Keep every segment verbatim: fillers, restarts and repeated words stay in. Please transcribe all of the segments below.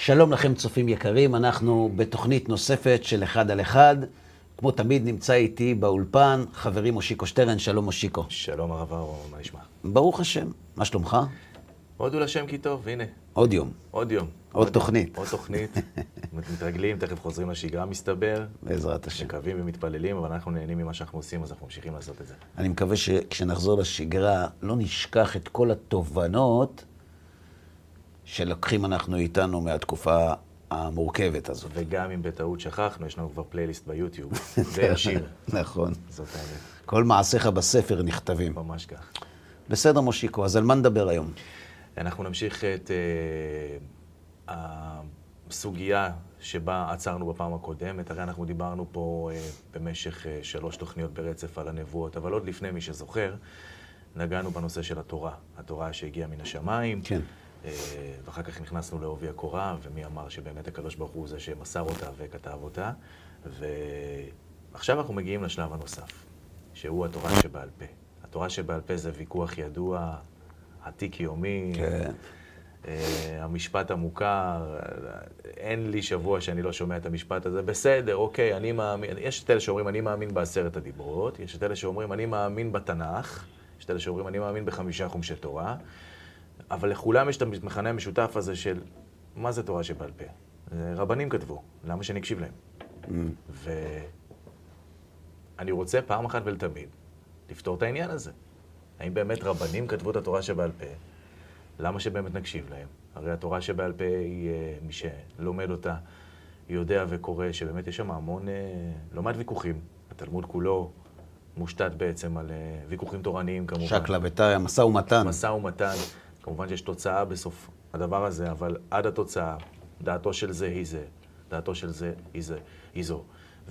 שלום לכם צופים יקרים, אנחנו בתוכנית נוספת של אחד על אחד. כמו תמיד נמצא איתי באולפן חברי מושיקו שטרן. שלום מושיקו. שלום הרב אהרון, מה נשמע? ברוך השם, מה שלומך? הודו לשם כי טוב, הנה. עוד יום. עוד יום. עוד תוכנית. עוד תוכנית. מתרגלים, תכף חוזרים לשגרה מסתבר. בעזרת השם. מקווים ומתפללים, אבל אנחנו נהנים ממה שאנחנו עושים, אז אנחנו ממשיכים לעשות את זה. אני מקווה שכשנחזור לשגרה לא נשכח את כל התובנות שלוקחים אנחנו איתנו מהתקופה המורכבת הזאת. וגם אם בטעות שכחנו, יש לנו כבר פלייליסט ביוטיוב. זה השיר. נכון. זאת האמת. כל מעשיך בספר נכתבים. ממש כך. בסדר מושיקו, אז על מה נדבר היום? אנחנו נמשיך את uh, הסוגיה שבה עצרנו בפעם הקודמת. הרי אנחנו דיברנו פה uh, במשך uh, שלוש תוכניות ברצף על הנבואות, אבל עוד לפני מי שזוכר, נגענו בנושא של התורה. התורה שהגיעה מן השמיים. כן. Uh, ואחר כך נכנסנו לעובי הקורה, ומי אמר שבאמת הקדוש ברוך הוא זה שמסר אותה וכתב אותה. ועכשיו אנחנו מגיעים לשלב הנוסף, שהוא התורה שבעל פה. התורה שבעל פה זה ויכוח ידוע, עתיק יומי, כן. uh, המשפט המוכר, אין לי שבוע שאני לא שומע את המשפט הזה, בסדר, אוקיי, אני מאמין, יש את אלה שאומרים אני מאמין בעשרת הדיברות, יש את אלה שאומרים אני מאמין בתנ"ך, יש את אלה שאומרים אני מאמין בחמישה חומשי תורה, אבל לכולם יש את המכנה המשותף הזה של מה זה תורה שבעל פה. רבנים כתבו, למה שנקשיב להם? Mm. ואני רוצה פעם אחת ולתמיד לפתור את העניין הזה. האם באמת רבנים כתבו את התורה שבעל פה? למה שבאמת נקשיב להם? הרי התורה שבעל פה היא, מי שלומד אותה, יודע וקורא שבאמת יש שם המון, לא מעט ויכוחים. התלמוד כולו מושתת בעצם על ויכוחים תורניים כמובן. שקלה ותאי, משא ומתן. משא ומתן. כמובן שיש תוצאה בסוף הדבר הזה, אבל עד התוצאה, דעתו של זה היא זה, דעתו של זה היא זה, היא זו.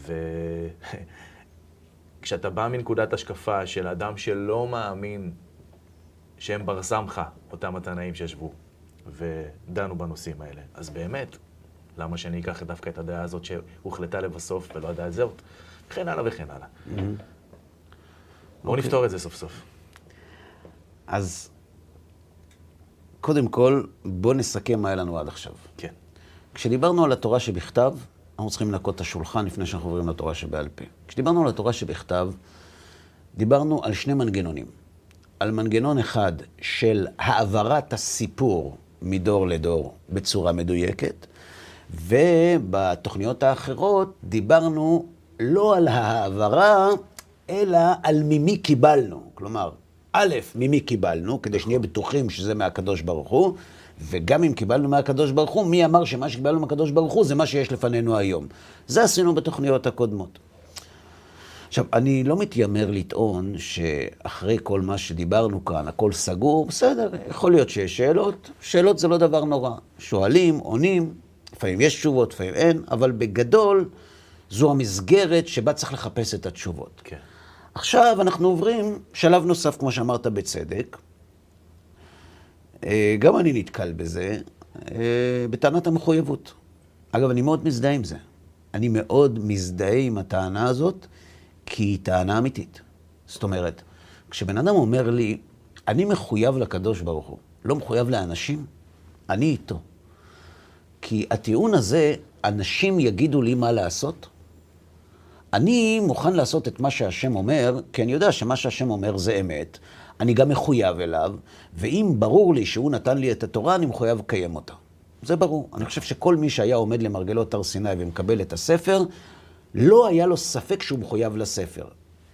וכשאתה בא מנקודת השקפה של אדם שלא מאמין שהם בר סמכה, אותם התנאים שישבו ודנו בנושאים האלה, אז באמת, למה שאני אקח דווקא את הדעה הזאת שהוחלטה לבסוף ולא הדעה הזאת? וכן הלאה וכן הלאה. Mm-hmm. בואו okay. נפתור את זה סוף סוף. אז קודם כל, בוא נסכם מה היה לנו עד עכשיו. כן. כשדיברנו על התורה שבכתב, אנחנו צריכים לנקות את השולחן לפני שאנחנו עוברים לתורה שבעל פה. כשדיברנו על התורה שבכתב, דיברנו על שני מנגנונים. על מנגנון אחד של העברת הסיפור מדור לדור בצורה מדויקת, ובתוכניות האחרות דיברנו לא על העברה, אלא על ממי קיבלנו. כלומר, א', ממי קיבלנו, כדי שנהיה בטוחים שזה מהקדוש ברוך הוא, וגם אם קיבלנו מהקדוש ברוך הוא, מי אמר שמה שקיבלנו מהקדוש ברוך הוא זה מה שיש לפנינו היום. זה עשינו בתוכניות הקודמות. עכשיו, אני לא מתיימר לטעון שאחרי כל מה שדיברנו כאן, הכל סגור, בסדר, יכול להיות שיש שאלות. שאלות זה לא דבר נורא. שואלים, עונים, לפעמים יש תשובות, לפעמים אין, אבל בגדול זו המסגרת שבה צריך לחפש את התשובות. כן. עכשיו אנחנו עוברים שלב נוסף, כמו שאמרת בצדק. גם אני נתקל בזה, בטענת המחויבות. אגב, אני מאוד מזדהה עם זה. אני מאוד מזדהה עם הטענה הזאת, כי היא טענה אמיתית. זאת אומרת, כשבן אדם אומר לי, אני מחויב לקדוש ברוך הוא, לא מחויב לאנשים, אני איתו. כי הטיעון הזה, אנשים יגידו לי מה לעשות, אני מוכן לעשות את מה שהשם אומר, כי אני יודע שמה שהשם אומר זה אמת, אני גם מחויב אליו, ואם ברור לי שהוא נתן לי את התורה, אני מחויב לקיים אותה. זה ברור. אני חושב שכל מי שהיה עומד למרגלות הר סיני ומקבל את הספר, לא היה לו ספק שהוא מחויב לספר.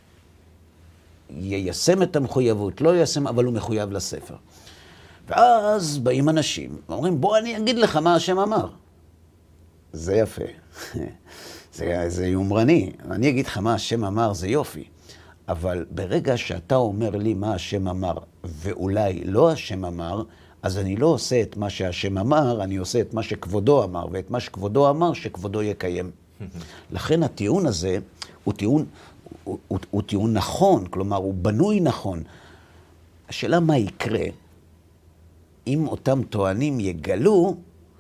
יישם את המחויבות, לא יישם, אבל הוא מחויב לספר. ואז באים אנשים, ואומרים, בוא אני אגיד לך מה השם אמר. זה יפה. זה, זה יומרני. אני אגיד לך מה השם אמר, זה יופי. אבל ברגע שאתה אומר לי מה השם אמר, ואולי לא השם אמר, אז אני לא עושה את מה שהשם אמר, אני עושה את מה שכבודו אמר, ואת מה שכבודו אמר, שכבודו יקיים. לכן הטיעון הזה הוא טיעון, הוא, הוא, הוא טיעון נכון, כלומר הוא בנוי נכון. השאלה מה יקרה אם אותם טוענים יגלו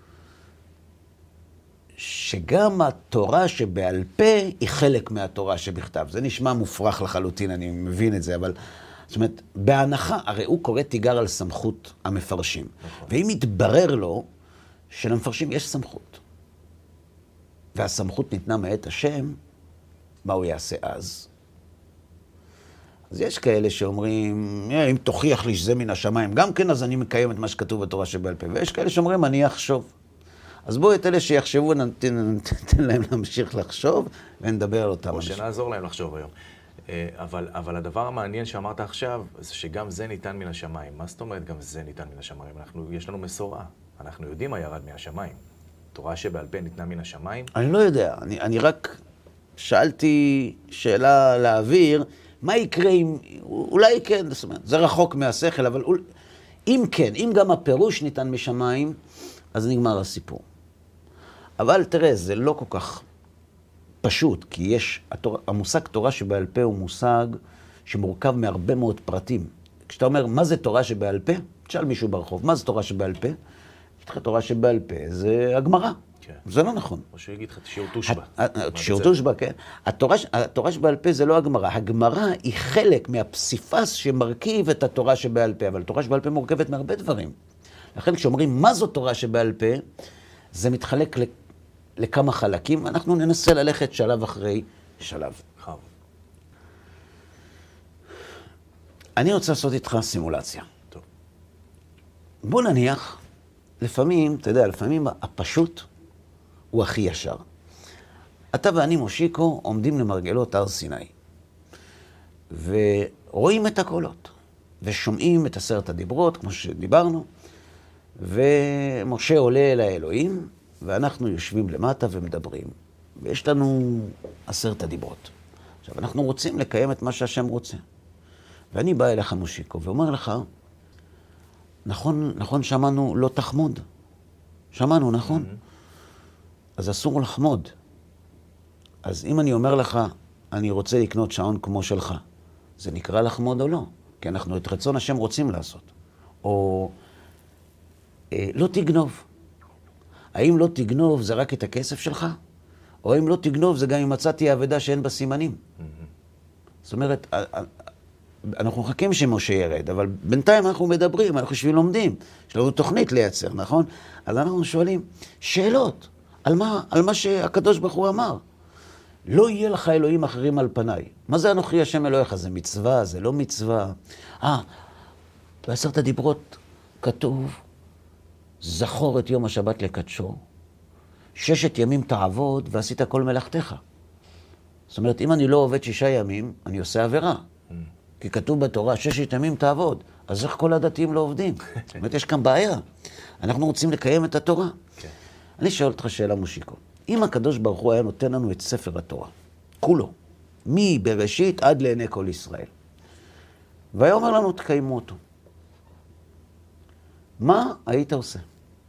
שגם התורה שבעל פה היא חלק מהתורה שבכתב. זה נשמע מופרך לחלוטין, אני מבין את זה, אבל זאת אומרת, בהנחה, הרי הוא קורא תיגר על סמכות המפרשים. נכון. ואם יתברר לו שלמפרשים יש סמכות. והסמכות ניתנה מאת השם, מה הוא יעשה אז? אז יש כאלה שאומרים, אם תוכיח לי שזה מן השמיים, גם כן, אז אני מקיים את מה שכתוב בתורה שבעל פה. ויש כאלה שאומרים, אני אחשוב. אז בואו את אלה שיחשבו, נתן, נתן להם להמשיך לחשוב, ונדבר על אותם. או שנעזור להם לחשוב היום. אבל, אבל הדבר המעניין שאמרת עכשיו, זה שגם זה ניתן מן השמיים. מה זאת אומרת גם זה ניתן מן השמיים? אנחנו, יש לנו מסורה. אנחנו יודעים מה ירד מהשמיים. תורה שבעל פה ניתנה מן השמיים? אני לא יודע. אני, אני רק שאלתי שאלה להעביר, מה יקרה אם, אולי כן, זאת אומרת, זה רחוק מהשכל, אבל אם כן, אם גם הפירוש ניתן משמיים, אז נגמר הסיפור. אבל תראה, זה לא כל כך פשוט, כי יש, התורה, המושג תורה שבעל פה הוא מושג שמורכב מהרבה מאוד פרטים. כשאתה אומר, מה זה תורה שבעל פה? תשאל מישהו ברחוב, מה זה תורה שבעל פה? יש לך תורה שבעל פה, זה הגמרא. כן. זה לא נכון. או שהוא יגיד לך, שיעור תושבע. שיעור תושבע, כן. התורה, התורה שבעל פה זה לא הגמרא. הגמרא היא חלק מהפסיפס שמרכיב את התורה שבעל פה, אבל התורה שבעל פה מורכבת מהרבה דברים. לכן כשאומרים מה זו תורה שבעל פה, זה מתחלק לכמה חלקים. אנחנו ננסה ללכת שלב אחרי שלב. חב. אני רוצה לעשות איתך סימולציה. טוב. בוא נניח, לפעמים, אתה יודע, לפעמים הפשוט הוא הכי ישר. אתה ואני, מושיקו, עומדים למרגלות הר סיני. ורואים את הקולות. ושומעים את עשרת הדיברות, כמו שדיברנו. ומשה עולה אל האלוהים, ואנחנו יושבים למטה ומדברים. ויש לנו עשרת הדיברות. עכשיו, אנחנו רוצים לקיים את מה שהשם רוצה. ואני בא אליך, מושיקו, ואומר לך, נכון, נכון, שמענו לא תחמוד. שמענו, נכון? Mm-hmm. אז אסור לחמוד. אז אם אני אומר לך, אני רוצה לקנות שעון כמו שלך, זה נקרא לחמוד או לא? כי אנחנו את רצון השם רוצים לעשות. או אה, לא תגנוב. האם לא תגנוב זה רק את הכסף שלך? או האם לא תגנוב זה גם אם מצאתי עבודה שאין בה סימנים? Mm-hmm. זאת אומרת, אנחנו מחכים שמשה ירד, אבל בינתיים אנחנו מדברים, אנחנו יושבים לומדים. יש לנו תוכנית לייצר, נכון? אז אנחנו שואלים שאלות על מה, על מה שהקדוש ברוך הוא אמר. לא יהיה לך אלוהים אחרים על פניי. מה זה אנוכי השם אלוהיך? זה מצווה, זה לא מצווה. אה, בעשרת הדיברות כתוב, זכור את יום השבת לקדשו, ששת ימים תעבוד ועשית כל מלאכתך. זאת אומרת, אם אני לא עובד שישה ימים, אני עושה עבירה. כי כתוב בתורה, ששת ימים תעבוד. אז איך כל הדתיים לא עובדים? זאת אומרת, יש כאן בעיה. אנחנו רוצים לקיים את התורה. כן. אני שואל אותך שאלה, מושיקו. אם הקדוש ברוך הוא היה נותן לנו את ספר התורה, כולו, מבראשית עד לעיני כל ישראל, והיה אומר לנו, תקיימו אותו. מה היית עושה?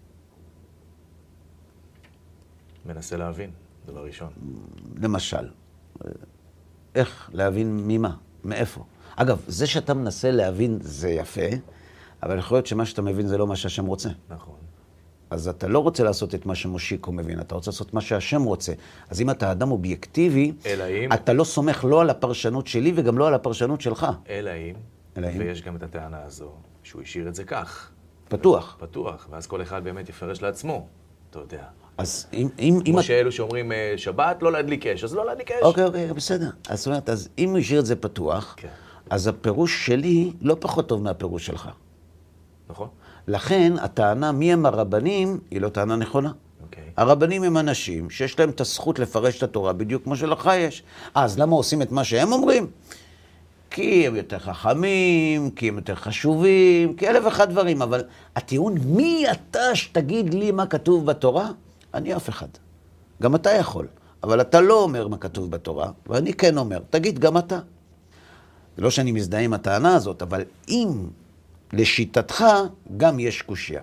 מנסה להבין, דבר ראשון. למשל, איך להבין ממה? מאיפה? אגב, זה שאתה מנסה להבין זה יפה, אבל יכול להיות שמה שאתה מבין זה לא מה שהשם רוצה. נכון. אז אתה לא רוצה לעשות את מה שמושיקו מבין, אתה רוצה לעשות מה שהשם רוצה. אז אם אתה אדם אובייקטיבי, אלא אתה לא סומך לא על הפרשנות שלי וגם לא על הפרשנות שלך. אלא אם, ויש גם את הטענה הזו, שהוא השאיר את זה כך. פתוח. פתוח, ואז כל אחד באמת יפרש לעצמו, אתה יודע. אז אם... אם כמו אם שאלו שאומרים שבת, לא להדליק אש, אז לא להדליק אש. אוקיי, אוקיי, בסדר. אז זאת אומרת, אז אם הוא השאיר את זה פתוח, כן. אז הפירוש שלי לא פחות טוב מהפירוש שלך. נכון. לכן, הטענה מי הם הרבנים, היא לא טענה נכונה. אוקיי. הרבנים הם אנשים שיש להם את הזכות לפרש את התורה בדיוק כמו שלך יש. אז למה עושים את מה שהם אומרים? כי הם יותר חכמים, כי הם יותר חשובים, כי אלף אחד דברים. אבל הטיעון, מי אתה שתגיד לי מה כתוב בתורה? אני אף אחד. גם אתה יכול. אבל אתה לא אומר מה כתוב בתורה, ואני כן אומר. תגיד, גם אתה. זה לא שאני מזדהה עם הטענה הזאת, אבל אם לשיטתך גם יש קושיה.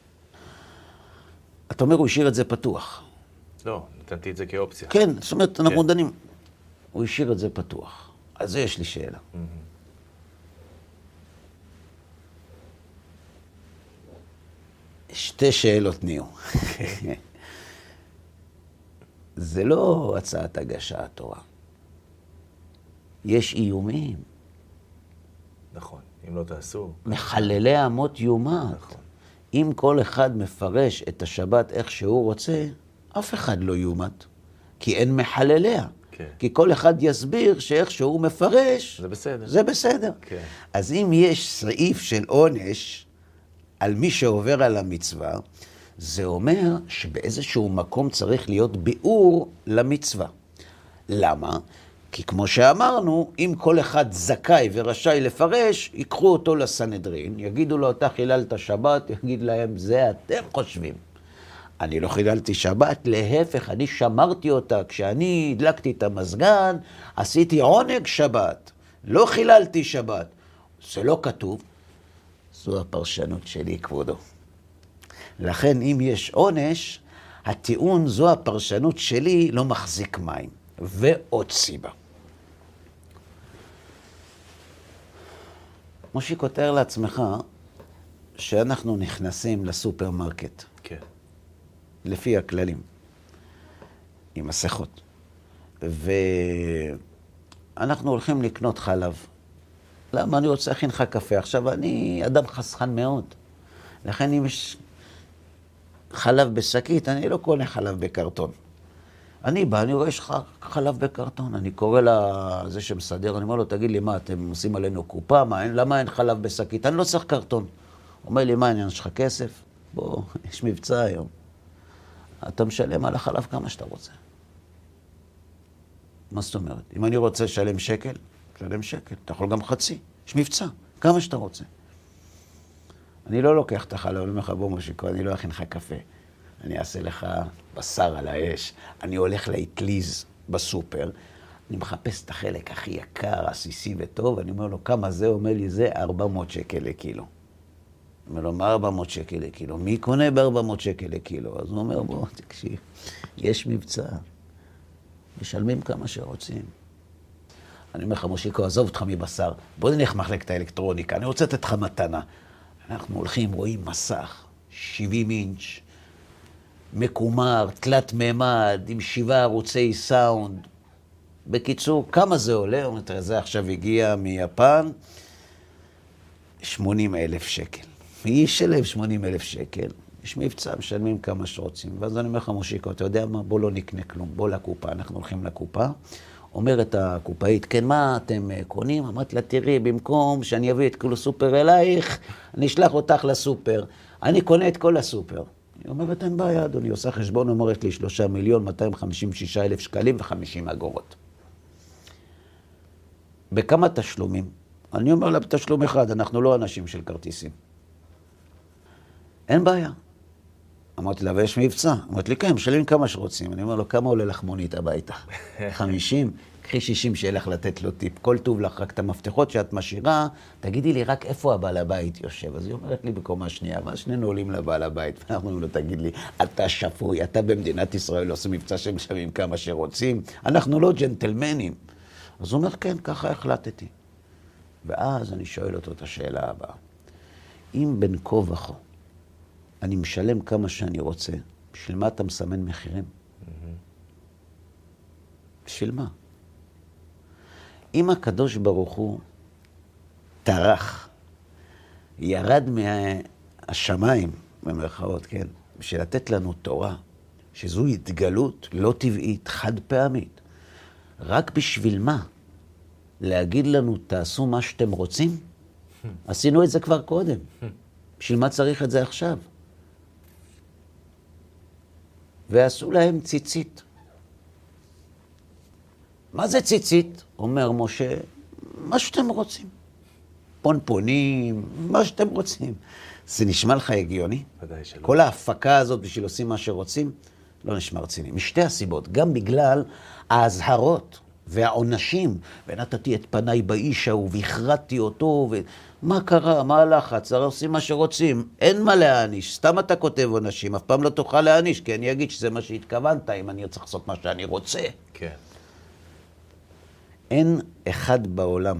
אתה אומר, הוא השאיר את זה פתוח. לא, נתנתי את זה כאופציה. כן, זאת אומרת, אנחנו כן. דנים. הוא השאיר את זה פתוח. אז זה יש לי שאלה. Mm-hmm. שתי שאלות נהיו. Okay. זה לא הצעת הגשת תורה. יש איומים. נכון, אם לא תעשו. מחללי אמות יומת. נכון. אם כל אחד מפרש את השבת איך שהוא רוצה, אף אחד לא יומת, כי אין מחלליה. כן. כי כל אחד יסביר שאיך שהוא מפרש, זה בסדר. זה בסדר. כן. אז אם יש סעיף של עונש על מי שעובר על המצווה, זה אומר שבאיזשהו מקום צריך להיות ביאור למצווה. למה? כי כמו שאמרנו, אם כל אחד זכאי ורשאי לפרש, ייקחו אותו לסנהדרין, יגידו לו, אתה חיללת שבת, יגיד להם, זה אתם חושבים. אני לא חיללתי שבת, להפך, אני שמרתי אותה. כשאני הדלקתי את המזגן, עשיתי עונג שבת. לא חיללתי שבת. זה לא כתוב. זו הפרשנות שלי, כבודו. לכן, אם יש עונש, הטיעון, זו הפרשנות שלי, לא מחזיק מים. ועוד סיבה. מושי, כותר לעצמך שאנחנו נכנסים לסופרמרקט. כן. לפי הכללים. עם מסכות. ואנחנו הולכים לקנות חלב. למה? אני רוצה להכין לך קפה. עכשיו, אני אדם חסכן מאוד. לכן אם יש חלב בשקית, אני לא קונה חלב בקרטון. אני בא, אני רואה יש לך חלב בקרטון. אני קורא לזה שמסדר, אני אומר לו, תגיד לי, מה, אתם עושים עלינו קופה? מה, אין, למה אין חלב בשקית? אני לא צריך קרטון. הוא אומר לי, מה, אני יש לך כסף? בוא, יש מבצע היום. אתה משלם על החלב כמה שאתה רוצה. מה זאת אומרת? אם אני רוצה לשלם שקל, תשלם שקל. אתה יכול גם חצי. יש מבצע, כמה שאתה רוצה. אני לא לוקח את החלב, אני אומר לך, בוא מושיקו, אני לא אכין לך קפה. אני אעשה לך בשר על האש. אני הולך לאטליז בסופר. אני מחפש את החלק הכי יקר, עסיסי וטוב, אני אומר לו, כמה זה? הוא אומר לי, זה ארבע מאות שקל לקילו. אני אומר לו, מה ארבע מאות שקל לקילו? מי קונה ב-ארבע מאות שקל לקילו? אז הוא אומר, בוא, תקשיב, יש מבצע. משלמים כמה שרוצים. אני אומר לך, מושיקו, עזוב אותך מבשר. בוא נלך מחלקת האלקטרוניקה, אני רוצה לתת לך מתנה. אנחנו הולכים, רואים מסך, שבעים אינץ', מקומר, תלת ממד, עם שבעה ערוצי סאונד. בקיצור, כמה זה עולה? הוא אומר, זה עכשיו הגיע מיפן, שמונים אלף שקל. מי ישלם שמונים אלף שקל? יש מבצע, משלמים כמה שרוצים. ואז אני אומר לך, מושיקו, אתה יודע מה? בוא לא נקנה כלום, בוא לקופה. אנחנו הולכים לקופה. אומרת הקופאית, כן, מה אתם קונים? אמרת לה, תראי, במקום שאני אביא את כל הסופר אלייך, אני אשלח אותך לסופר. אני קונה את כל הסופר. היא אומרת, אין בעיה, אדוני, עושה חשבון, אומרת לי, שלושה מיליון, מאתיים חמישים ושישה אלף שקלים וחמישים אגורות. בכמה תשלומים? אני אומר לה, בתשלום אחד, אנחנו לא אנשים של כרטיסים. אין בעיה. אמרתי לה, ויש מבצע. אמרתי לי, כן, משלמים כמה שרוצים. אני אומר לו, כמה עולה לך מונית הביתה? חמישים? קחי שישים שילך לתת לו טיפ. כל טוב לך, רק את המפתחות שאת משאירה, תגידי לי רק איפה הבעל הבית יושב. אז היא אומרת לי בקומה שנייה, אבל שנינו עולים לבעל הבית. ואנחנו אומרים לו, תגיד לי, אתה שפוי, אתה במדינת ישראל עושה מבצע שמשלמים כמה שרוצים. אנחנו לא ג'נטלמנים. אז הוא אומר, כן, ככה החלטתי. ואז אני שואל אותו את השאלה הבאה. אם בין כה וכה, אני משלם כמה שאני רוצה, בשביל מה אתה מסמן מחירים? בשביל מה? אם הקדוש ברוך הוא טרח, ירד מהשמיים, במרכאות, כן, בשביל לתת לנו תורה, שזו התגלות לא טבעית, חד פעמית. רק בשביל מה? להגיד לנו, תעשו מה שאתם רוצים? עשינו את זה כבר קודם. בשביל מה צריך את זה עכשיו? ועשו להם ציצית. מה זה ציצית? אומר משה, מה שאתם רוצים. פונפונים, מה שאתם רוצים. זה נשמע לך הגיוני? ודאי שלא. כל ההפקה הזאת בשביל עושים מה שרוצים, לא נשמע רציני. משתי הסיבות, גם בגלל ההזהרות והעונשים, ונתתי את פניי באיש ההוא, והכרעתי אותו, ומה קרה? מה הלחץ? הרי עושים מה שרוצים. אין מה להעניש. סתם אתה כותב עונשים, אף פעם לא תוכל להעניש, כי אני אגיד שזה מה שהתכוונת, אם אני צריך לעשות מה שאני רוצה. כן. אין אחד בעולם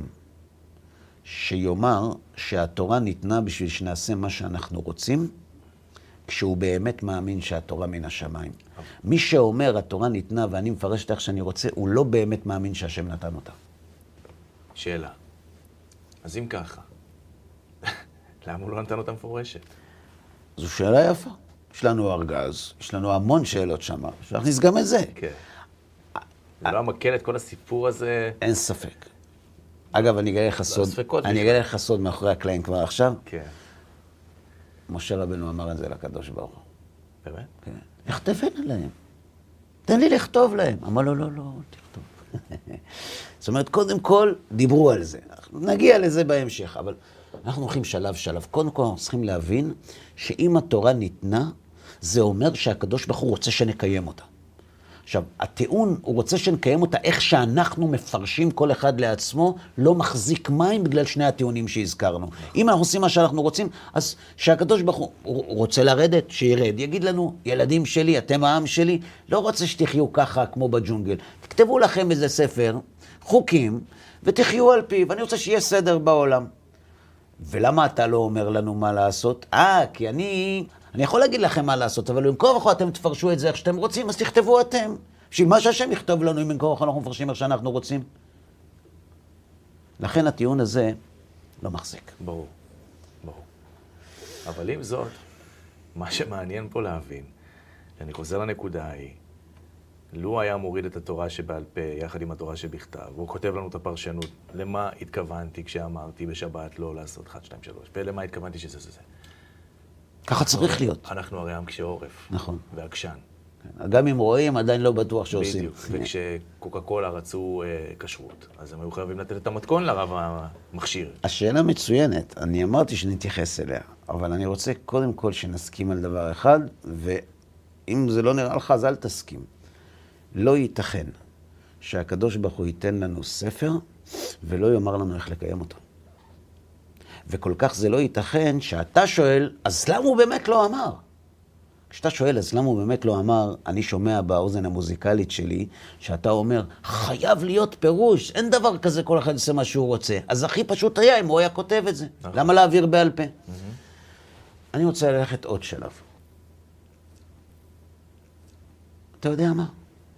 שיאמר שהתורה ניתנה בשביל שנעשה מה שאנחנו רוצים, כשהוא באמת מאמין שהתורה מן השמיים. מי שאומר התורה ניתנה ואני מפרש איך שאני רוצה, הוא לא באמת מאמין שהשם נתן אותה. שאלה. אז אם ככה, למה הוא לא נתן אותה מפורשת? זו שאלה יפה. יש לנו ארגז, יש לנו המון שאלות שם, אפשר להכניס גם את זה. כן. זה לא המקל את כל הסיפור הזה. אין ספק. אגב, אני אגלה לך סוד, אני אגלה לך סוד מאחורי הקלעים כבר עכשיו. כן. משה רבנו אמר את זה לקדוש ברוך הוא. באמת? כן. לכתבנה להם. תן לי לכתוב להם. אמר לו, לא, לא, תכתוב. זאת אומרת, קודם כל, דיברו על זה. נגיע לזה בהמשך, אבל אנחנו הולכים שלב שלב. קודם כל, אנחנו צריכים להבין שאם התורה ניתנה, זה אומר שהקדוש ברוך הוא רוצה שנקיים אותה. עכשיו, הטיעון, הוא רוצה שנקיים אותה איך שאנחנו מפרשים כל אחד לעצמו, לא מחזיק מים בגלל שני הטיעונים שהזכרנו. אם אנחנו עושים מה שאנחנו רוצים, אז שהקדוש ברוך הוא, הוא רוצה לרדת, שירד. יגיד לנו, ילדים שלי, אתם העם שלי, לא רוצה שתחיו ככה כמו בג'ונגל. תכתבו לכם איזה ספר, חוקים, ותחיו על פיו. ואני רוצה שיהיה סדר בעולם. ולמה אתה לא אומר לנו מה לעשות? אה, כי אני... אני יכול להגיד לכם מה לעשות, אבל אם כה וכה אתם תפרשו את זה איך שאתם רוצים, אז תכתבו אתם. בשביל מה שהשם יכתוב לנו, אם אין כה וכה אנחנו מפרשים איך שאנחנו רוצים. לכן הטיעון הזה לא מחזיק. ברור, ברור. אבל עם זאת, מה שמעניין פה להבין, אני חוזר לנקודה ההיא, לו היה מוריד את התורה שבעל פה יחד עם התורה שבכתב, הוא כותב לנו את הפרשנות, למה התכוונתי כשאמרתי בשבת לא לעשות אחת, שתיים, שלוש, ולמה התכוונתי שזה זה זה. ככה צריך להיות. אנחנו הרי עם קשה עורף. נכון. ועקשן. גם אם רואים, עדיין לא בטוח שעושים. בדיוק. וכשקוקה קולה רצו כשרות, אז הם היו חייבים לתת את המתכון לרב המכשיר. השאלה מצוינת. אני אמרתי שנתייחס אליה, אבל אני רוצה קודם כל שנסכים על דבר אחד, ואם זה לא נראה לך, אז אל תסכים. לא ייתכן שהקדוש ברוך הוא ייתן לנו ספר, ולא יאמר לנו איך לקיים אותו. וכל כך זה לא ייתכן שאתה שואל, אז למה הוא באמת לא אמר? כשאתה שואל, אז למה הוא באמת לא אמר, אני שומע באוזן המוזיקלית שלי, שאתה אומר, חייב להיות פירוש, אין דבר כזה, כל אחד עושה מה שהוא רוצה. אז הכי פשוט היה אם הוא היה כותב את זה. נכון. למה להעביר בעל פה? Mm-hmm. אני רוצה ללכת עוד שלב. אתה יודע מה?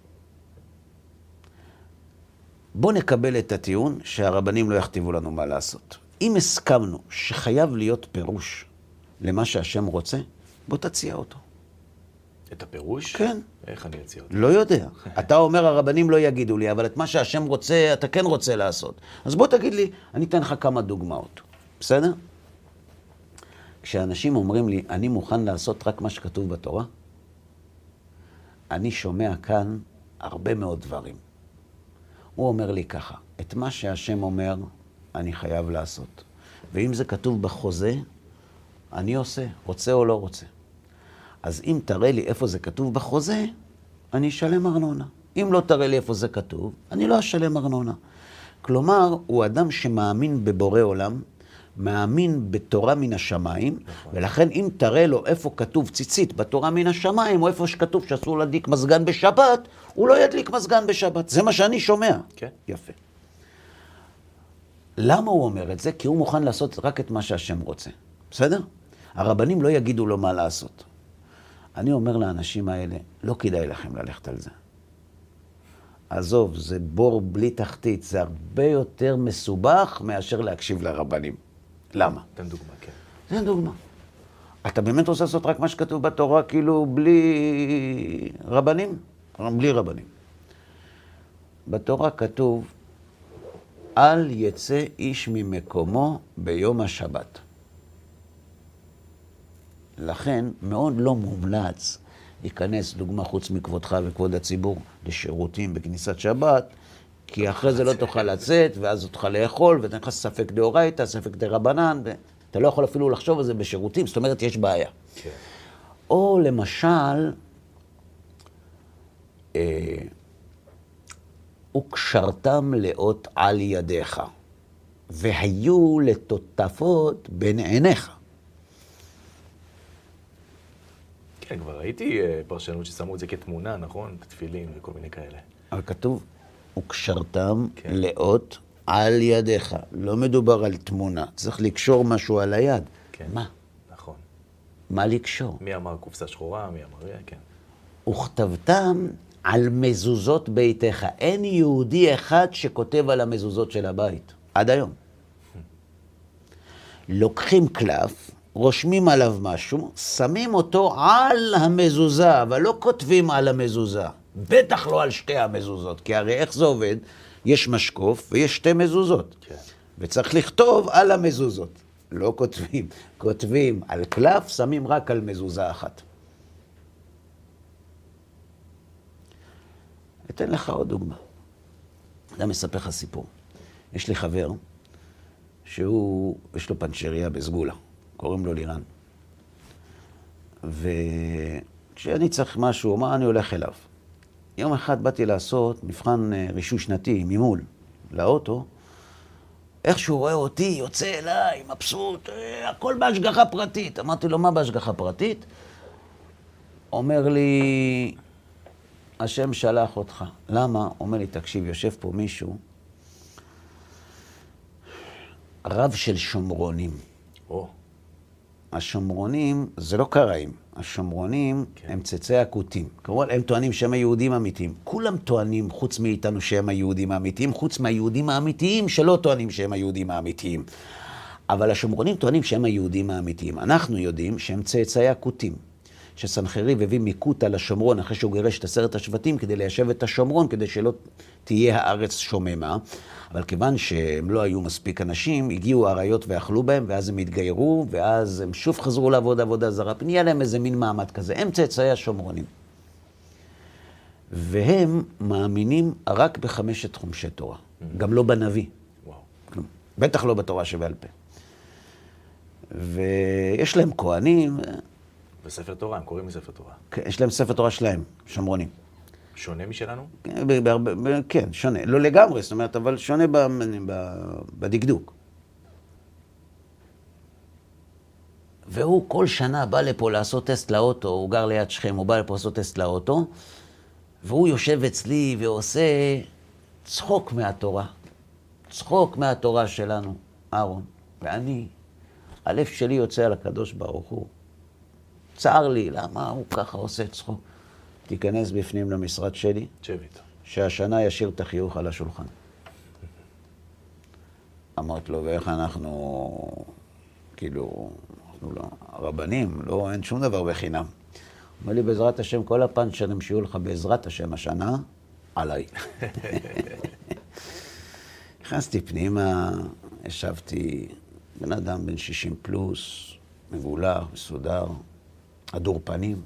בוא נקבל את הטיעון שהרבנים לא יכתיבו לנו מה לעשות. אם הסכמנו שחייב להיות פירוש למה שהשם רוצה, בוא תציע אותו. את הפירוש? כן. איך אני אציע אותו? לא יודע. אתה אומר, הרבנים לא יגידו לי, אבל את מה שהשם רוצה, אתה כן רוצה לעשות. אז בוא תגיד לי, אני אתן לך כמה דוגמאות. בסדר? כשאנשים אומרים לי, אני מוכן לעשות רק מה שכתוב בתורה, אני שומע כאן הרבה מאוד דברים. הוא אומר לי ככה, את מה שהשם אומר, אני חייב לעשות. ואם זה כתוב בחוזה, אני עושה, רוצה או לא רוצה. אז אם תראה לי איפה זה כתוב בחוזה, אני אשלם ארנונה. אם לא תראה לי איפה זה כתוב, אני לא אשלם ארנונה. כלומר, הוא אדם שמאמין בבורא עולם, מאמין בתורה מן השמיים, נכון. ולכן אם תראה לו איפה כתוב ציצית בתורה מן השמיים, או איפה שכתוב שאסור להדליק מזגן בשבת, הוא לא ידליק מזגן בשבת. זה מה שאני שומע. כן. יפה. למה הוא אומר את זה? כי הוא מוכן לעשות רק את מה שהשם רוצה. בסדר? הרבנים לא יגידו לו מה לעשות. אני אומר לאנשים האלה, לא כדאי לכם ללכת על זה. עזוב, זה בור בלי תחתית, זה הרבה יותר מסובך מאשר להקשיב לרבנים. למה? תן דוגמה, כן. תן דוגמה. אתה באמת רוצה לעשות רק מה שכתוב בתורה, כאילו בלי רבנים? בלי רבנים. בתורה כתוב, אל יצא איש ממקומו ביום השבת. לכן מאוד לא מומלץ להיכנס, דוגמה חוץ מכבודך וכבוד הציבור, לשירותים בכניסת שבת, כי אחרי זה לא תוכל לצאת, ואז תוכל לאכול, ואתה נכנס ספק דאורייתא, ספק דרבנן, ואתה לא יכול אפילו לחשוב על זה בשירותים, זאת אומרת, יש בעיה. כן. או למשל, אה, וקשרתם לאות על ידיך, והיו לטוטפות בין עיניך. כן, כבר ראיתי פרשנות ששמו את זה כתמונה, נכון? תפילין וכל מיני כאלה. אבל כתוב, וקשרתם כן. לאות על ידיך. לא מדובר על תמונה. צריך לקשור משהו על היד. כן. מה? נכון. מה לקשור? מי אמר קופסה שחורה, מי אמר, כן. וכתבתם על מזוזות ביתך. אין יהודי אחד שכותב על המזוזות של הבית. עד היום. לוקחים קלף, רושמים עליו משהו, שמים אותו על המזוזה, אבל לא כותבים על המזוזה. בטח לא על שתי המזוזות, כי הרי איך זה עובד? יש משקוף ויש שתי מזוזות. כן. וצריך לכתוב על המזוזות. לא כותבים. כותבים על קלף, שמים רק על מזוזה אחת. אתן לך עוד דוגמה. אתה מספר לך סיפור. יש לי חבר שהוא, יש לו פנצ'ריה בסגולה. קוראים לו לירן. וכשאני צריך משהו, מה אני הולך אליו? יום אחד באתי לעשות מבחן רישוי שנתי ממול לאוטו, איך שהוא רואה אותי, יוצא אליי, מבסוט, הכל בהשגחה פרטית. אמרתי לו, מה בהשגחה פרטית? אומר לי, השם שלח אותך. למה? אומר לי, תקשיב, יושב פה מישהו, רב של שומרונים. או. השומרונים זה לא קראים. השומרונים כן. הם צאצאי הכותים. כלומר, הם טוענים שהם היהודים האמיתיים. כולם טוענים, חוץ מאיתנו, שהם היהודים האמיתיים, חוץ מהיהודים האמיתיים שלא טוענים שהם היהודים האמיתיים. אבל השומרונים טוענים שהם היהודים האמיתיים. אנחנו יודעים שהם צאצאי הכותים. שסנחריב הביא מקוטה לשומרון אחרי שהוא גירש את עשרת השבטים כדי ליישב את השומרון, כדי שלא תהיה הארץ שוממה. אבל כיוון שהם לא היו מספיק אנשים, הגיעו האריות ואכלו בהם, ואז הם התגיירו, ואז הם שוב חזרו לעבוד עבודה זרה. נהיה להם איזה מין מעמד כזה. הם צאצאי השומרונים. והם מאמינים רק בחמשת חומשי תורה. Mm-hmm. גם לא בנביא. וואו. כלום. בטח לא בתורה שבעל פה. ויש להם כהנים. בספר תורה, הם קוראים מספר תורה. כן, יש להם ספר תורה שלהם, שומרונים. שונה משלנו? כן, שונה. לא לגמרי, זאת אומרת, אבל שונה בדקדוק. והוא כל שנה בא לפה לעשות טסט לאוטו, הוא גר ליד שכם, הוא בא לפה לעשות טסט לאוטו, והוא יושב אצלי ועושה צחוק מהתורה. צחוק מהתורה שלנו, אהרון. ואני, הלב שלי יוצא על הקדוש ברוך הוא. צער לי, למה הוא ככה עושה צחוק? תיכנס בפנים למשרד שלי, שבית. שהשנה ישאיר את החיוך על השולחן. אמרת לו, ואיך אנחנו, כאילו, אנחנו לא, הרבנים, לא, אין שום דבר בחינם. אומר לי, בעזרת השם, כל הפנצ'רים שיהיו לך בעזרת השם השנה, עליי. נכנסתי פנימה, ישבתי, בן אדם בן שישים פלוס, מבולח, מסודר, הדור פנים.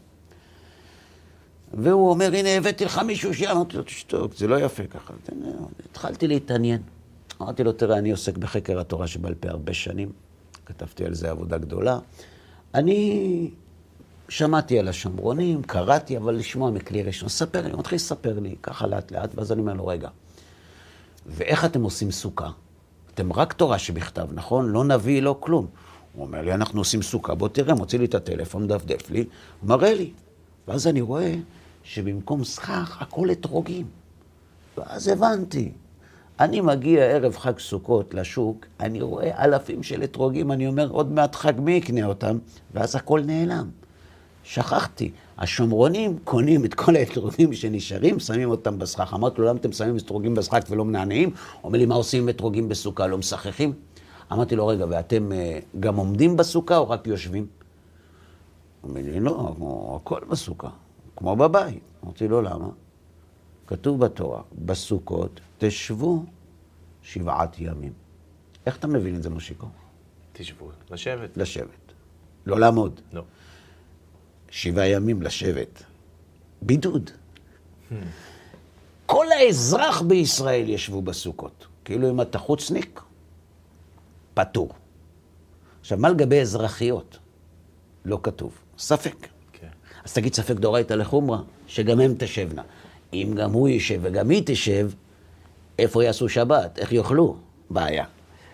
והוא אומר, הנה, הבאתי לך מישהו שאמרתי לו, תשתוק, זה לא יפה ככה. התחלתי להתעניין. אמרתי לו, תראה, אני עוסק בחקר התורה שבעל פה הרבה שנים. כתבתי על זה עבודה גדולה. אני שמעתי על השומרונים, קראתי, אבל לשמוע מכלי ראשון. ספר לי, הוא מתחיל לספר לי, ככה לאט לאט, ואז אני אומר לו, רגע, ואיך אתם עושים סוכה? אתם רק תורה שבכתב, נכון? לא נביא, לא כלום. הוא אומר לי, אנחנו עושים סוכה, בוא תראה, מוציא לי את הטלפון, דפדף לי, מראה לי. ואז אני רואה שבמקום סכך, הכל אתרוגים. ואז הבנתי. אני מגיע ערב חג סוכות לשוק, אני רואה אלפים של אתרוגים, אני אומר, עוד מעט חג מי יקנה אותם, ואז הכל נעלם. שכחתי. השומרונים קונים את כל האתרוגים שנשארים, שמים אותם בסכך. אמרתי לו, למה אתם שמים אתרוגים בסכך ולא מנענעים? הוא אומר לי, מה עושים עם אתרוגים בסוכה? לא משחכים? אמרתי לו, רגע, ואתם גם עומדים בסוכה או רק יושבים? הוא אומר לי, לא, הכל בסוכה, כמו בבית. אמרתי לו, למה? כתוב בתורה, בסוכות תשבו שבעת ימים. איך אתה מבין את זה, מושיקו? תשבו, לשבת. לשבת. לא לעמוד. לא. שבעה ימים לשבת. בידוד. Hmm. כל האזרח בישראל ישבו בסוכות. כאילו אם אתה חוצניק, פטור. עכשיו, מה לגבי אזרחיות? לא כתוב. ספק. Okay. אז תגיד ספק דאורייתא לחומרא, שגם הם תשבנה. אם גם הוא יישב וגם היא תשב, איפה יעשו שבת? איך יאכלו? בעיה.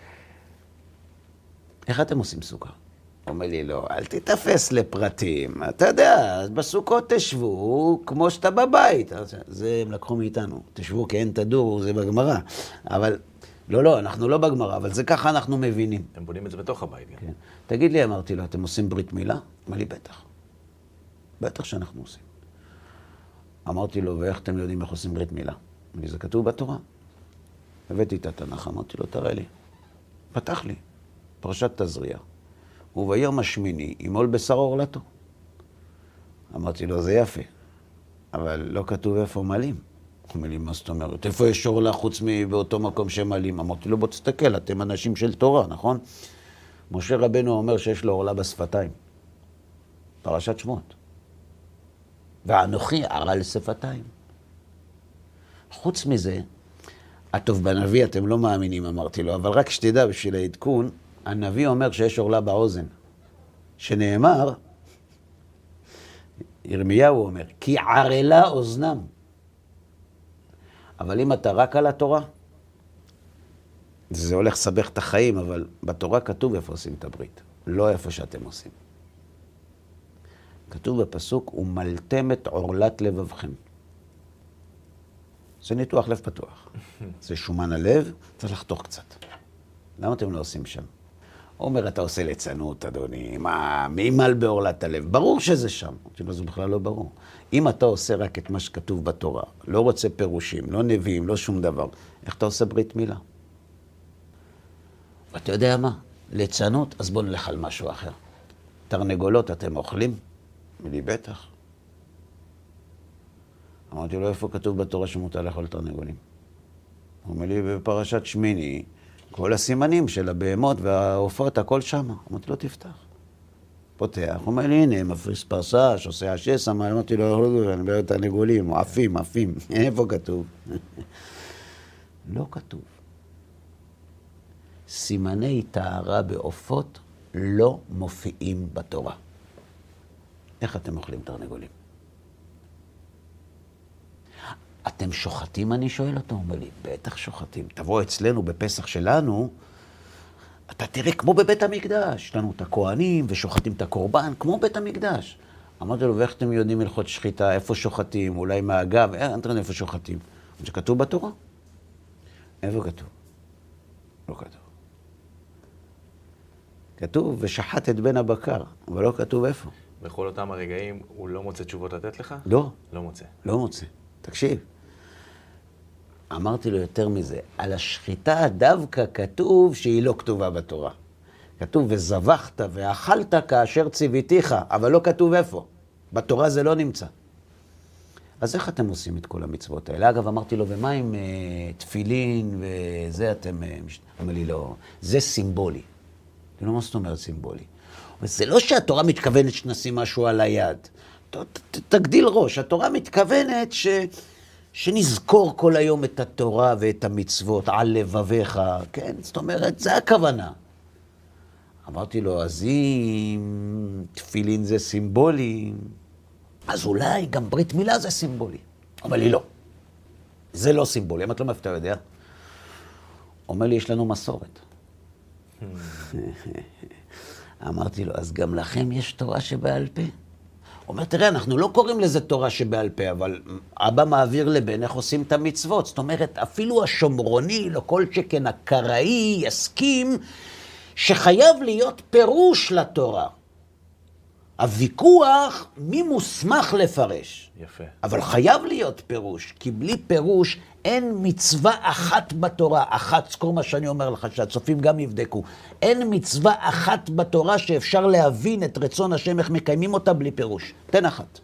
איך אתם עושים סוכה? אומר לי, לא, אל תתאפס לפרטים. אתה יודע, בסוכות תשבו כמו שאתה בבית. זה הם לקחו מאיתנו. תשבו כי אין תדור, זה בגמרא. אבל, לא, לא, אנחנו לא בגמרא, אבל זה ככה אנחנו מבינים. הם בונים את זה בתוך הבית. כן. תגיד לי, אמרתי לו, אתם עושים ברית מילה? אמר לי, בטח. בטח שאנחנו עושים. אמרתי לו, ואיך אתם יודעים איך עושים ברית מילה? וזה כתוב בתורה. הבאתי את התנ"ך, אמרתי לו, תראה לי. פתח לי, פרשת תזריע. וביום השמיני ימול בשר עורלתו. אמרתי לו, זה יפה, אבל לא כתוב איפה מלים. הוא אומר לי, מה זאת אומרת? איפה יש עורלה חוץ מבאותו מקום שמלים? אמרתי לו, בוא תסתכל, אתם אנשים של תורה, נכון? משה רבנו אומר שיש לו עורלה בשפתיים. פרשת שמות. ואנוכי ערל שפתיים. חוץ מזה, הטוב בנביא, אתם לא מאמינים, אמרתי לו, אבל רק שתדע בשביל העדכון, הנביא אומר שיש עורלה באוזן. שנאמר, ירמיהו אומר, כי ערלה אוזנם. אבל אם אתה רק על התורה, זה הולך לסבך את החיים, אבל בתורה כתוב איפה עושים את הברית, לא איפה שאתם עושים. כתוב בפסוק, ומלתם את עורלת לבבכם. זה ניתוח לב פתוח. זה שומן הלב, צריך לחתוך קצת. למה אתם לא עושים שם? הוא אומר, אתה עושה ליצנות, אדוני, מה, מי מל בעורלת הלב? ברור שזה שם. כאילו, זה בכלל לא ברור. אם אתה עושה רק את מה שכתוב בתורה, לא רוצה פירושים, לא נביאים, לא שום דבר, איך אתה עושה ברית מילה? ואתה יודע מה? ליצנות, אז בוא נלך על משהו אחר. תרנגולות אתם אוכלים? מלי בטח. אמרתי לו, איפה כתוב בתורה שמותר לאכול תרנגולים? הוא אומר לי, בפרשת שמיני, כל הסימנים של הבהמות והעופות, הכל שם. אמרתי לו, תפתח. פותח, הוא אומר לי, הנה, מפריס פרסה, שעושה השס, אמרתי לו, אני מדבר תרנגולים, עפים, עפים. איפה כתוב? לא כתוב. סימני טהרה בעופות לא מופיעים בתורה. איך אתם אוכלים תרנגולים? אתם שוחטים, אני שואל אותו, הוא אומר לי, בטח שוחטים. תבוא אצלנו בפסח שלנו, אתה תראה כמו בבית המקדש. יש לנו את הכהנים ושוחטים את הקורבן, כמו בית המקדש. אמרתי לו, ואיך אתם יודעים הלכות שחיטה, איפה שוחטים, אולי מהאגב, אין תראה איפה שוחטים. זה כתוב בתורה? איפה כתוב? לא כתוב. כתוב, ושחט את בן הבקר, אבל לא כתוב איפה. בכל אותם הרגעים הוא לא מוצא תשובות לתת לך? לא. לא מוצא. לא מוצא. תקשיב. אמרתי לו יותר מזה, על השחיטה דווקא כתוב שהיא לא כתובה בתורה. כתוב, וזבחת ואכלת כאשר ציוויתיך, אבל לא כתוב איפה. בתורה זה לא נמצא. אז איך אתם עושים את כל המצוות האלה? אגב, אמרתי לו, ומה עם uh, תפילין וזה אתם... Uh, אמר לי, לא, זה סימבולי. אני לא מה זאת אומרת סימבולי. זה לא שהתורה מתכוונת שנשים משהו על היד. ת, ת, תגדיל ראש. התורה מתכוונת ש... שנזכור כל היום את התורה ואת המצוות על לבביך, כן? זאת אומרת, זה הכוונה. אמרתי לו, אז אם תפילין זה סימבולי, אז אולי גם ברית מילה זה סימבולי. אומר לי, לא. זה לא סימבולי. אמרתי לו, מה אתה יודע? אומר לי, יש לנו מסורת. אמרתי לו, אז גם לכם יש תורה שבעל פה? הוא אומר, תראה, אנחנו לא קוראים לזה תורה שבעל פה, אבל אבא מעביר לבן איך עושים את המצוות. זאת אומרת, אפילו השומרוני, לא כל שכן הקראי, יסכים שחייב להיות פירוש לתורה. הוויכוח, מי מוסמך לפרש? יפה. אבל חייב להיות פירוש, כי בלי פירוש אין מצווה אחת בתורה, אחת, זכור מה שאני אומר לך, שהצופים גם יבדקו, אין מצווה אחת בתורה שאפשר להבין את רצון השם, איך מקיימים אותה בלי פירוש. תן אחת.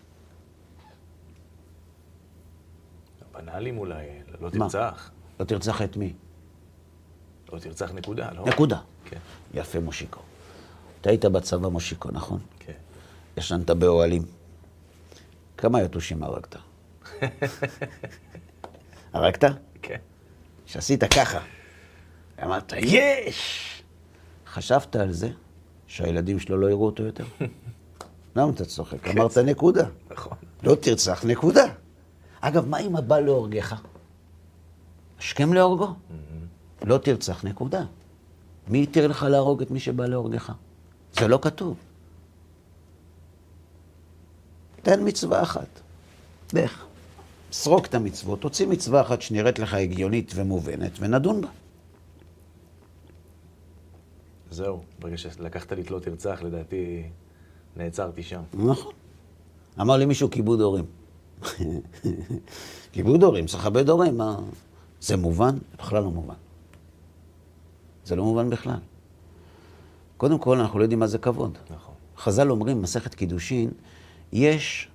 בנאלים אולי, לא תרצח. לא תרצח את מי? לא תרצח נקודה, לא? נקודה. כן. יפה, מושיקו. אתה היית בצבא, מושיקו, נכון? כן. ישנת באוהלים. כמה יתושים הרגת? הרגת? כן. שעשית ככה. אמרת, יש! חשבת על זה שהילדים שלו לא יראו אותו יותר? למה אתה צוחק? אמרת נקודה. נכון. לא תרצח נקודה. אגב, מה אם הבא להורגך? השכם להורגו? לא תרצח נקודה. מי יתיר לך להרוג את מי שבא להורגך? זה לא כתוב. תן מצווה אחת. לך. סרוק את המצוות, תוציא מצווה אחת שנראית לך הגיונית ומובנת, ונדון בה. זהו, ברגע שלקחת לי את לא תרצח, לדעתי נעצרתי שם. נכון. אמר לי מישהו כיבוד הורים. כיבוד הורים, צריך לכבד הורים. מה... זה מובן? בכלל לא מובן. זה לא מובן בכלל. קודם כל, אנחנו לא יודעים מה זה כבוד. נכון. חז"ל אומרים, מסכת קידושין, יש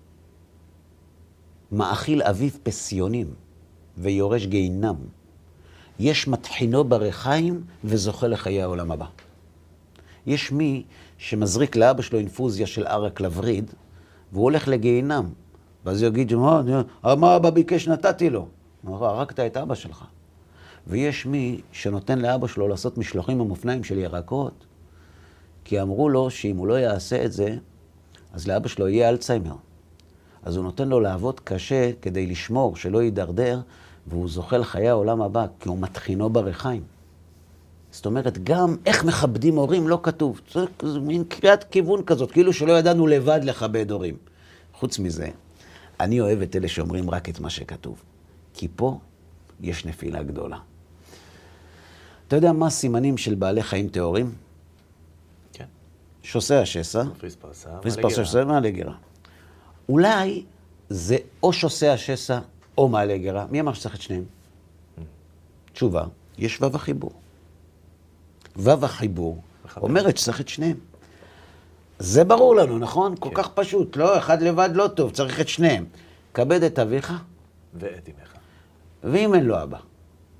מאכיל אביו פסיונים ויורש גיהינם. יש מטחינו ברחיים וזוכה לחיי העולם הבא. יש מי שמזריק לאבא שלו אינפוזיה של ערק לווריד, והוא הולך לגיהינם. ואז הוא יגיד, מה, מה אבא ביקש נתתי לו? הוא אומר, הרגת את אבא שלך. ויש מי שנותן לאבא שלו לעשות משלוחים המופניים של ירקות, כי אמרו לו שאם הוא לא יעשה את זה, אז לאבא שלו יהיה אלצהיימר. אז הוא נותן לו לעבוד קשה כדי לשמור, שלא יידרדר, והוא זוכה לחיי העולם הבא, כי הוא מטחינו ברחיים. זאת אומרת, גם איך מכבדים הורים לא כתוב. זה מין קריאת כיוון כזאת, כאילו שלא ידענו לבד לכבד הורים. חוץ מזה, אני אוהב את אלה שאומרים רק את מה שכתוב. כי פה יש נפילה גדולה. אתה יודע מה הסימנים של בעלי חיים טהורים? כן. שוסע השסע. פריס פרסה, פריס פרסה שסע, מעלה גרה. אולי זה או שוסע השסע או מעלה גרה. מי אמר שצריך את שניהם? תשובה, יש וו החיבור. וו החיבור אומרת שצריך את שניהם. זה ברור לנו, נכון? כל כך פשוט. לא, אחד לבד לא טוב, צריך את שניהם. כבד את אביך. ואת אמך. ואם אין לו אבא.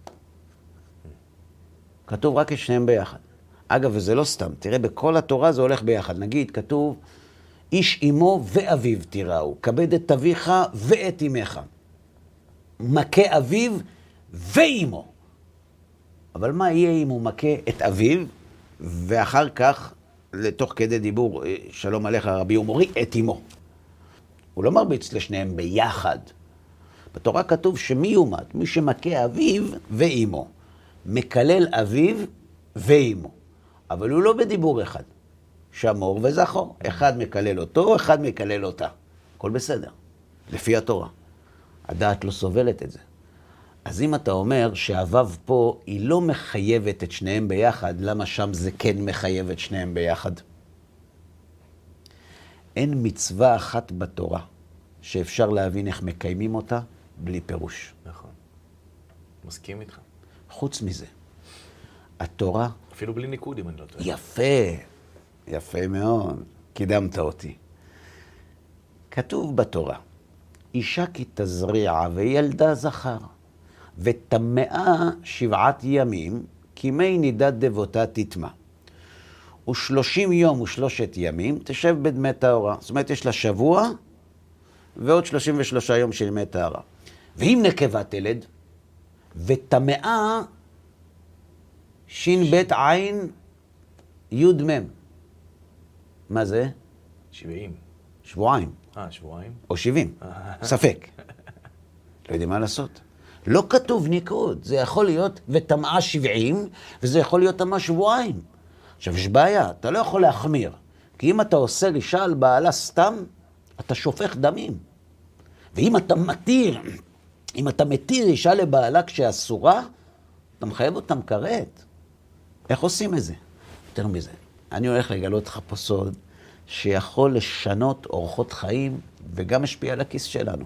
כתוב רק את שניהם ביחד. אגב, וזה לא סתם. תראה, בכל התורה זה הולך ביחד. נגיד, כתוב, איש אמו ואביו תיראו. כבד את אביך ואת אמך. מכה אביו ואמו. אבל מה יהיה אם הוא מכה את אביו, ואחר כך, לתוך כדי דיבור, שלום עליך רבי ומורי, את אמו. הוא לא מרביץ לשניהם ביחד. בתורה כתוב שמי יומת? מי שמכה אביו ואמו. מקלל אביו ואמו. אבל הוא לא בדיבור אחד. שמור וזכור. אחד מקלל אותו, אחד מקלל אותה. הכל בסדר. לפי התורה. הדעת לא סובלת את זה. אז אם אתה אומר שהוו פה היא לא מחייבת את שניהם ביחד, למה שם זה כן מחייב את שניהם ביחד? אין מצווה אחת בתורה שאפשר להבין איך מקיימים אותה בלי פירוש. נכון. מסכים איתך. חוץ מזה, התורה... אפילו בלי ניקוד, אם אני לא טועה. יפה, יפה מאוד. קידמת אותי. כתוב בתורה, אישה כי תזריע וילדה זכר, ותמאה שבעת ימים, כי מי נידת דבותה תטמא. ושלושים יום ושלושת ימים תשב בדמי טהרה. זאת אומרת, יש לה שבוע ועוד שלושים ושלושה יום של דמי טהרה. ואם נקבה תלד, ותמאה שין בית עין יוד מם. מה זה? שבעים. שבועיים. אה, שבועיים? או שבעים. ספק. לא יודעים מה לעשות. לא כתוב ניקוד. זה יכול להיות ותמאה שבעים, וזה יכול להיות תמאה שבועיים. עכשיו, יש בעיה. אתה לא יכול להחמיר. כי אם אתה עושה אישה על בעלה סתם, אתה שופך דמים. ואם אתה מתיר, אם אתה מתיר אישה לבעלה כשאסורה, אתה מחייב אותה מקראת. איך עושים את זה? יותר מזה. אני הולך לגלות לך פה סוד שיכול לשנות אורחות חיים וגם משפיע על הכיס שלנו.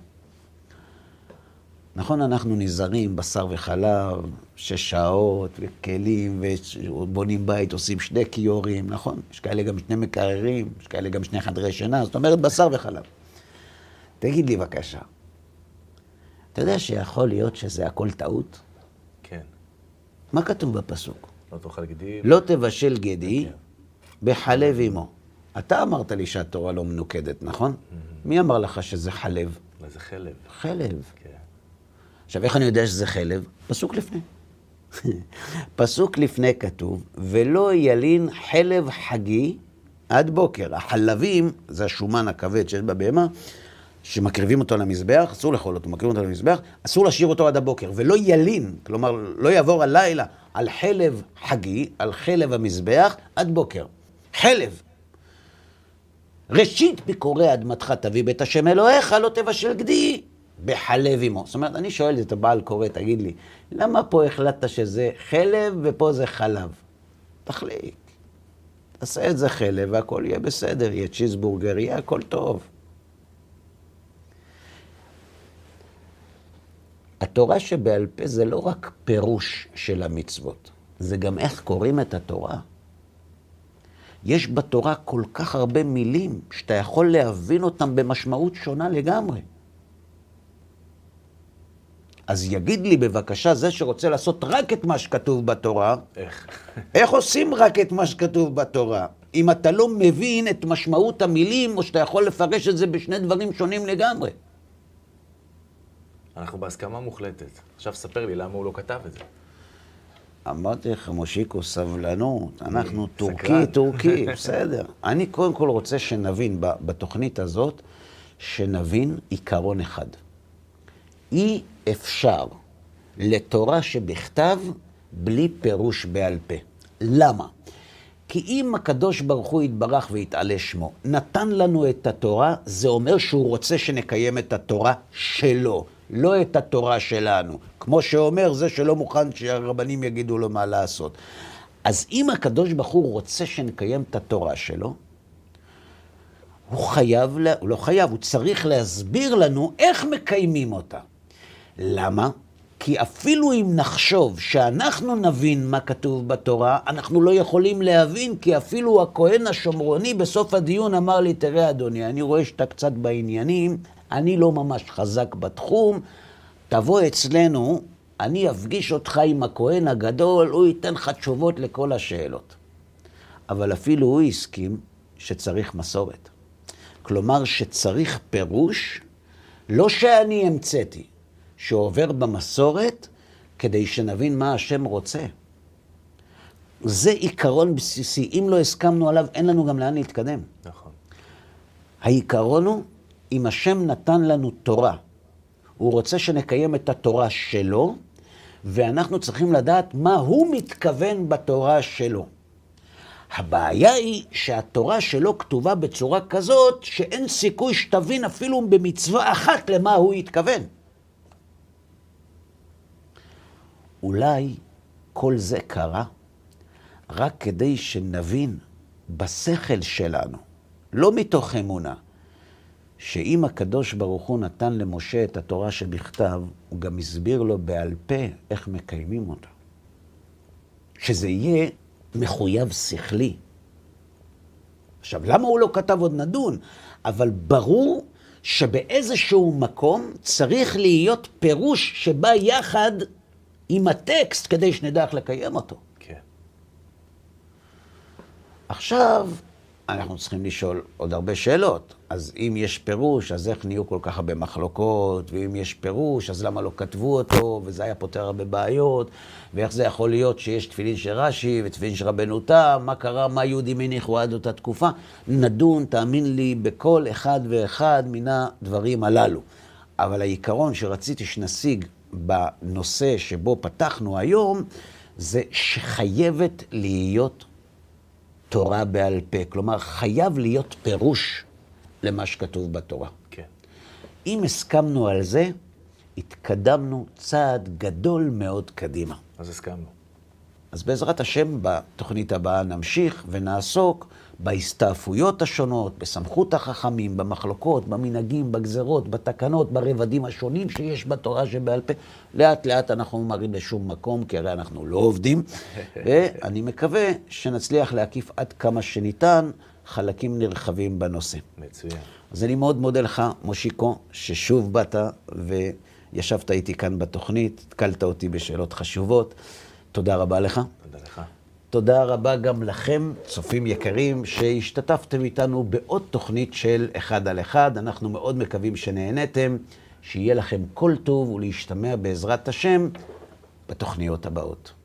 נכון, אנחנו נזהרים בשר וחלב, שש שעות וכלים ובונים בית, עושים שני קיורים, נכון? יש כאלה גם שני מקררים, יש כאלה גם שני חדרי שינה, זאת אומרת בשר וחלב. תגיד לי בבקשה, אתה יודע שיכול להיות שזה הכל טעות? כן. מה כתוב בפסוק? לא תאכל גדי. לא תבשל גדי בחלב אמו. אתה אמרת לי שהתורה לא מנוקדת, נכון? מי אמר לך שזה חלב? זה חלב. חלב. כן. עכשיו, איך אני יודע שזה חלב? פסוק לפני. פסוק לפני כתוב, ולא ילין חלב חגי עד בוקר. החלבים, זה השומן הכבד שיש בבהמה, שמקריבים אותו למזבח, אסור לאכול אותו, מקריבים אותו למזבח, אסור להשאיר אותו עד הבוקר, ולא ילין, כלומר, לא יעבור הלילה על חלב חגי, על חלב המזבח, עד בוקר. חלב. ראשית ביקורי אדמתך תביא בית השם אלוהיך, לא תבשל גדי בחלב אמו. זאת אומרת, אני שואל את הבעל קורא, תגיד לי, למה פה החלטת שזה חלב ופה זה חלב? תחליק. תעשה את זה חלב והכל יהיה בסדר, יהיה צ'יזבורגר, יהיה הכל טוב. התורה שבעל פה זה לא רק פירוש של המצוות, זה גם איך קוראים את התורה. יש בתורה כל כך הרבה מילים שאתה יכול להבין אותם במשמעות שונה לגמרי. אז יגיד לי בבקשה, זה שרוצה לעשות רק את מה שכתוב בתורה, איך? איך עושים רק את מה שכתוב בתורה? אם אתה לא מבין את משמעות המילים, או שאתה יכול לפרש את זה בשני דברים שונים לגמרי. אנחנו בהסכמה מוחלטת. עכשיו ספר לי למה הוא לא כתב את זה. אמרתי לך, מושיקו, סבלנות, אנחנו טורקי, טורקי, בסדר. אני קודם כל רוצה שנבין בתוכנית הזאת, שנבין עיקרון אחד. אי אפשר לתורה שבכתב בלי פירוש בעל פה. למה? כי אם הקדוש ברוך הוא יתברך ויתעלה שמו, נתן לנו את התורה, זה אומר שהוא רוצה שנקיים את התורה שלו, לא את התורה שלנו. כמו שאומר, זה שלא מוכן שהרבנים יגידו לו מה לעשות. אז אם הקדוש ברוך הוא רוצה שנקיים את התורה שלו, הוא חייב, הוא לא חייב, הוא צריך להסביר לנו איך מקיימים אותה. למה? כי אפילו אם נחשוב שאנחנו נבין מה כתוב בתורה, אנחנו לא יכולים להבין, כי אפילו הכהן השומרוני בסוף הדיון אמר לי, תראה אדוני, אני רואה שאתה קצת בעניינים, אני לא ממש חזק בתחום, תבוא אצלנו, אני אפגיש אותך עם הכהן הגדול, הוא ייתן לך תשובות לכל השאלות. אבל אפילו הוא הסכים שצריך מסורת. כלומר שצריך פירוש, לא שאני המצאתי, שעובר במסורת כדי שנבין מה השם רוצה. זה עיקרון בסיסי. אם לא הסכמנו עליו, אין לנו גם לאן להתקדם. נכון. העיקרון הוא, אם השם נתן לנו תורה, הוא רוצה שנקיים את התורה שלו, ואנחנו צריכים לדעת מה הוא מתכוון בתורה שלו. הבעיה היא שהתורה שלו כתובה בצורה כזאת, שאין סיכוי שתבין אפילו במצווה אחת למה הוא התכוון. אולי כל זה קרה רק כדי שנבין בשכל שלנו, לא מתוך אמונה, שאם הקדוש ברוך הוא נתן למשה את התורה שבכתב, הוא גם הסביר לו בעל פה איך מקיימים אותה. שזה יהיה מחויב שכלי. עכשיו, למה הוא לא כתב עוד נדון? אבל ברור שבאיזשהו מקום צריך להיות פירוש שבא יחד עם הטקסט כדי שנדע איך לקיים אותו. כן. עכשיו, אנחנו צריכים לשאול עוד הרבה שאלות. אז אם יש פירוש, אז איך נהיו כל כך הרבה מחלוקות? ואם יש פירוש, אז למה לא כתבו אותו? וזה היה פותר הרבה בעיות. ואיך זה יכול להיות שיש תפילין של רש"י ותפילין של רבנו תם? מה קרה? מה יהודים הניחו עד אותה תקופה? נדון, תאמין לי, בכל אחד ואחד מן הדברים הללו. אבל העיקרון שרציתי שנשיג בנושא שבו פתחנו היום, זה שחייבת להיות תורה בעל פה. כלומר, חייב להיות פירוש למה שכתוב בתורה. כן. אם הסכמנו על זה, התקדמנו צעד גדול מאוד קדימה. אז הסכמנו. אז בעזרת השם, בתוכנית הבאה נמשיך ונעסוק בהסתעפויות השונות, בסמכות החכמים, במחלוקות, במנהגים, בגזרות, בתקנות, ברבדים השונים שיש בתורה שבעל פה. לאט לאט אנחנו מראים לשום מקום, כי הרי אנחנו לא עובדים, ואני מקווה שנצליח להקיף עד כמה שניתן חלקים נרחבים בנושא. מצוין. אז אני מאוד מודה לך, מושיקו, ששוב באת וישבת איתי כאן בתוכנית, התקלת אותי בשאלות חשובות. תודה רבה לך. תודה לך. תודה רבה גם לכם, צופים יקרים, שהשתתפתם איתנו בעוד תוכנית של אחד על אחד. אנחנו מאוד מקווים שנהנתם, שיהיה לכם כל טוב ולהשתמע בעזרת השם בתוכניות הבאות.